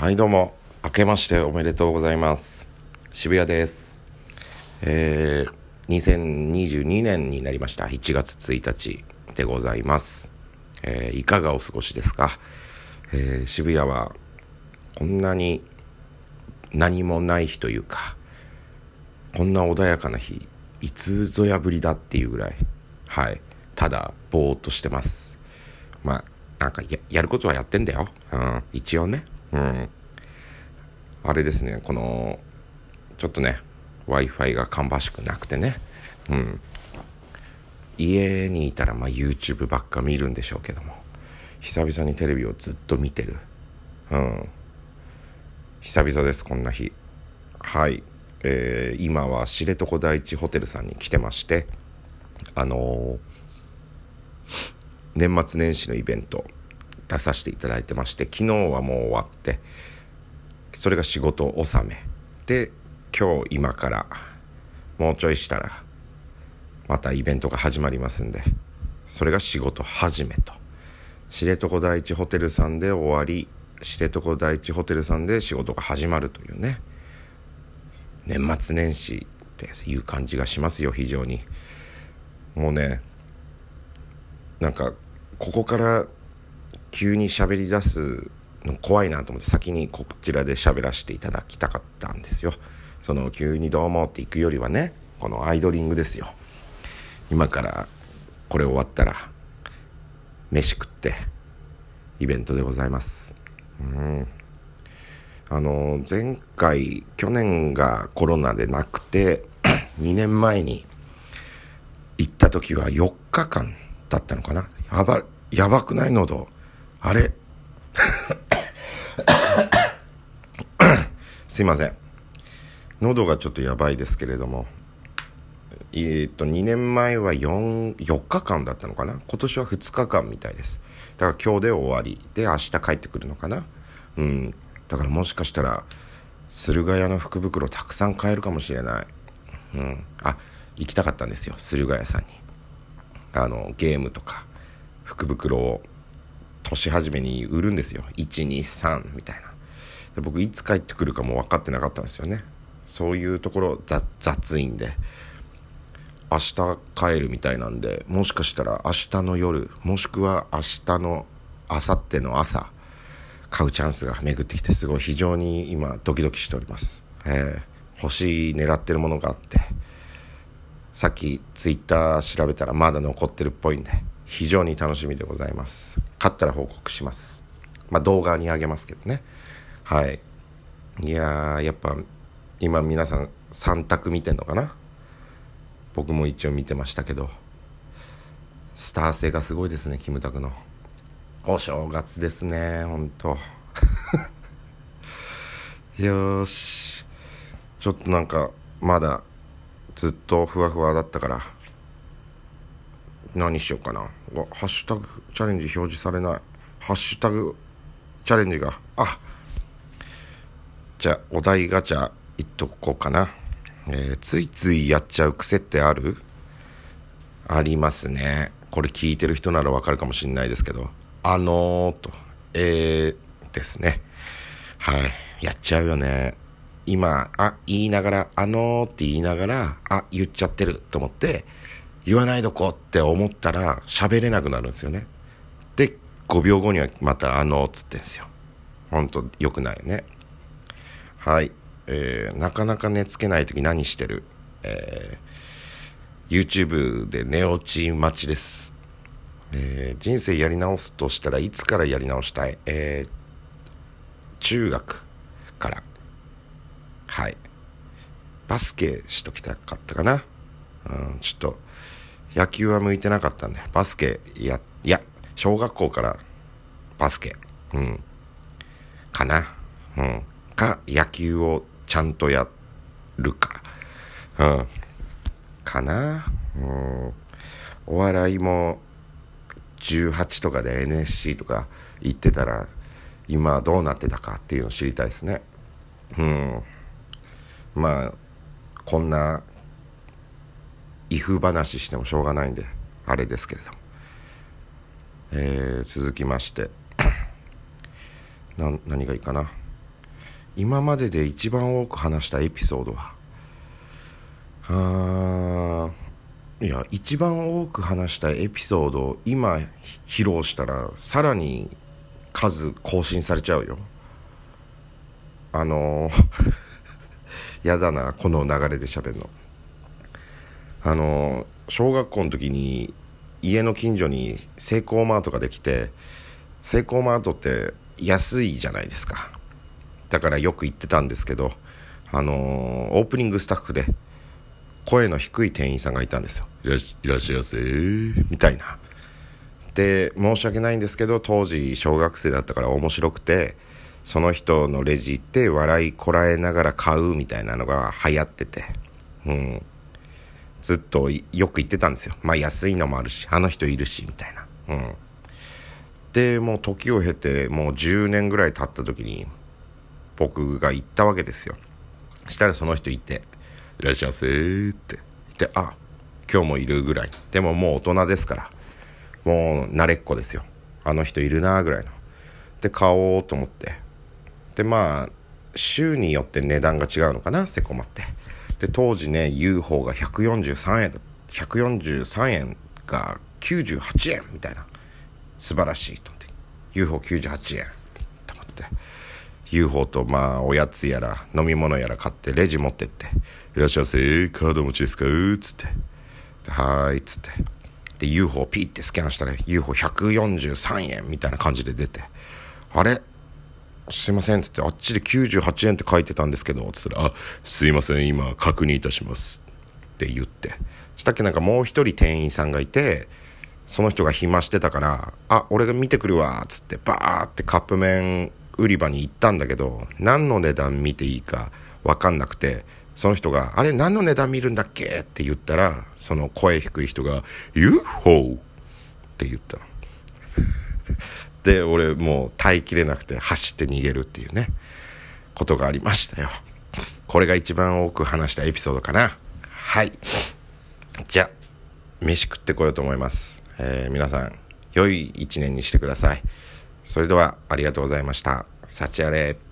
はいどうも、明けましておめでとうございます。渋谷です。2022年になりました。1月1日でございます。いかがお過ごしですか？渋谷はこんなに何もない日というか、こんな穏やかな日いつぞやぶりだっていうぐらい、ただぼーっとしてます。なんか やることはやってんだよ、一応ね。あれですね、このちょっとね Wi-Fi が芳しくなくてね、家にいたらYouTube ばっか見るんでしょうけども、久々にテレビをずっと見てる。久々です、こんな日。今は知床第一ホテルさんに来てまして、年末年始のイベント出させていただいてまして、昨日はもう終わって、それが仕事納めで、今からもうちょいしたらまたイベントが始まりますんで、それが仕事始めと。知床第一ホテルさんで終わり、知床第一ホテルさんで仕事が始まるというね、年末年始っていう感じがしますよ、非常に。もうね、なんかここから急に喋り出すの怖いなと思って、先にこちらで喋らせていただきたかったんですよ。その急にどうもっていくよりはね、このアイドリングですよ。今からこれ終わったら飯食ってイベントでございます。前回去年がコロナでなくて2年前に行った時は4日間だったのかな。やばくない？喉あれすいません、喉がちょっとやばいですけれども、2年前は4日間だったのかな。今年は2日間みたいです。だから今日で終わりで明日帰ってくるのかな。だからもしかしたら駿河屋の福袋たくさん買えるかもしれない。行きたかったんですよ、駿河屋さんに。ゲームとか福袋を年始めに売るんですよ。123みたいな。で、僕いつ帰ってくるかも分かってなかったんですよね。そういうところ雑いんで、明日帰るみたいなんで、もしかしたら明日の夜、もしくは明日の明後日の朝買うチャンスが巡ってきて、すごい非常に今ドキドキしております。星狙ってるものがあって、さっきツイッター調べたらまだ残ってるっぽいんで、非常に楽しみでございます。買ったら報告します。動画にあげますけどね。いやー、やっぱ今皆さん3択見てんのかな。僕も一応見てましたけど、スター性がすごいですね、キムタクの。お正月ですね、ほんとよーし、ちょっとなんかまだずっとふわふわだったから、何しようかな。ハッシュタグチャレンジ表示されない。ハッシュタグチャレンジが、じゃあお題ガチャいっとこうかな。ついついやっちゃう癖ってある？ありますね。これ聞いてる人ならわかるかもしれないですけど、とですね。やっちゃうよね。今言いながらって言いながら言っちゃってると思って、言わないどこって思ったら喋れなくなるんですよね。で5秒後にはまたつってんですよ。ほんと良くないよね。なかなか寝つけないとき何してる？YouTube で寝落ち待ちです。人生やり直すとしたらいつからやり直したい？中学からバスケしときたかったかな。ちょっと野球は向いてなかったんで、バスケ小学校からバスケかな。か野球をちゃんとやるかかな。お笑いも18とかで NSC とか行ってたら今どうなってたかっていうのを知りたいですね。こんな威風話してもしょうがないんであれですけれども、続きまして何がいいかな。 今までで一番多く話したエピソードはいや一番多く話したエピソードを今披露したらさらに数更新されちゃうよ。やだなこの流れで喋るの。小学校の時に家の近所にセイコーマートができて、セイコーマートって安いじゃないですか。だからよく行ってたんですけど、オープニングスタッフで声の低い店員さんがいたんですよ。いらっしゃいませみたいな。で申し訳ないんですけど当時小学生だったから面白くて、その人のレジ行って笑いこらえながら買うみたいなのが流行ってて、ずっとよく言ってたんですよ。まあ安いのもあるしあの人いるしみたいな。でもう時を経てもう10年ぐらい経った時に僕が行ったわけですよ。したらその人いて、いらっしゃいませって言って、あ今日もいるぐらい。でももう大人ですからもう慣れっこですよ。あの人いるなぐらいので買おうと思って、でまあ週によって値段が違うのかな、セコマって。で当時ね UFO が143円が98円みたいな、素晴らしいと思って UFO98 円と思って UFO とまあおやつやら飲み物やら買ってレジ持ってって、いらっしゃいませカードお持ちですかつって、はーいっつって、で UFO ピーってスキャンしたら UFO143 円みたいな感じで出て、あれすいませんっつって、あっちで98円って書いてたんですけどつったら、あすいません今確認いたしますって言って、したっけなんかもう一人店員さんがいて、その人が暇してたから、あ俺が見てくるわっつってバーってカップ麺売り場に行ったんだけど、何の値段見ていいか分かんなくて、その人があれ何の値段見るんだっけって言ったら、その声低い人が UFO って言ったので俺もう耐えきれなくて走って逃げるっていうねことがありましたよ。これが一番多く話したエピソードかな。はい、じゃあ飯食ってこようと思います。皆さん良い一年にしてください。それではありがとうございました。幸あれ。